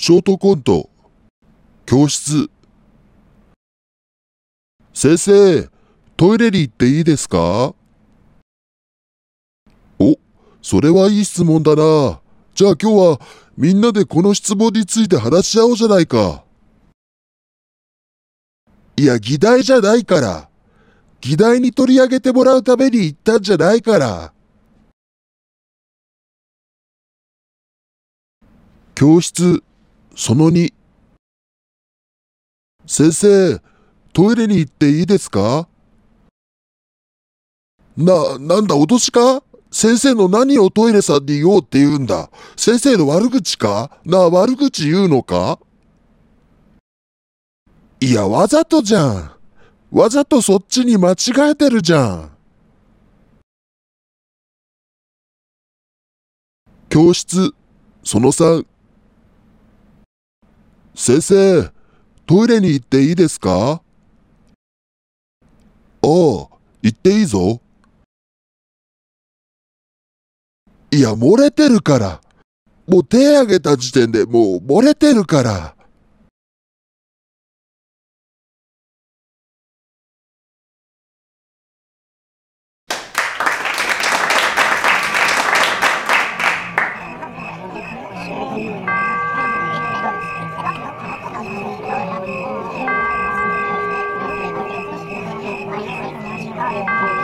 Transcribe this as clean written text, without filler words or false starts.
ショートコント。教室。先生、トイレに行っていいですか？お、それはいい質問だな。じゃあ今日はみんなでこの質問について話し合おうじゃないか。いや、議題じゃないから。議題に取り上げてもらうために言ったんじゃないから。教室、その2。先生、トイレに行っていいですか？なんだ、脅しか？先生の何をトイレさんに言おうって言うんだ。先生の悪口か？悪口言うのか？いや、わざとじゃん。わざとそっちに間違えてるじゃん。教室、その3。先生、トイレに行っていいですか？ああ、行っていいぞ。いや、漏れてるから。もう手挙げた時点でもう漏れてるから。 はい。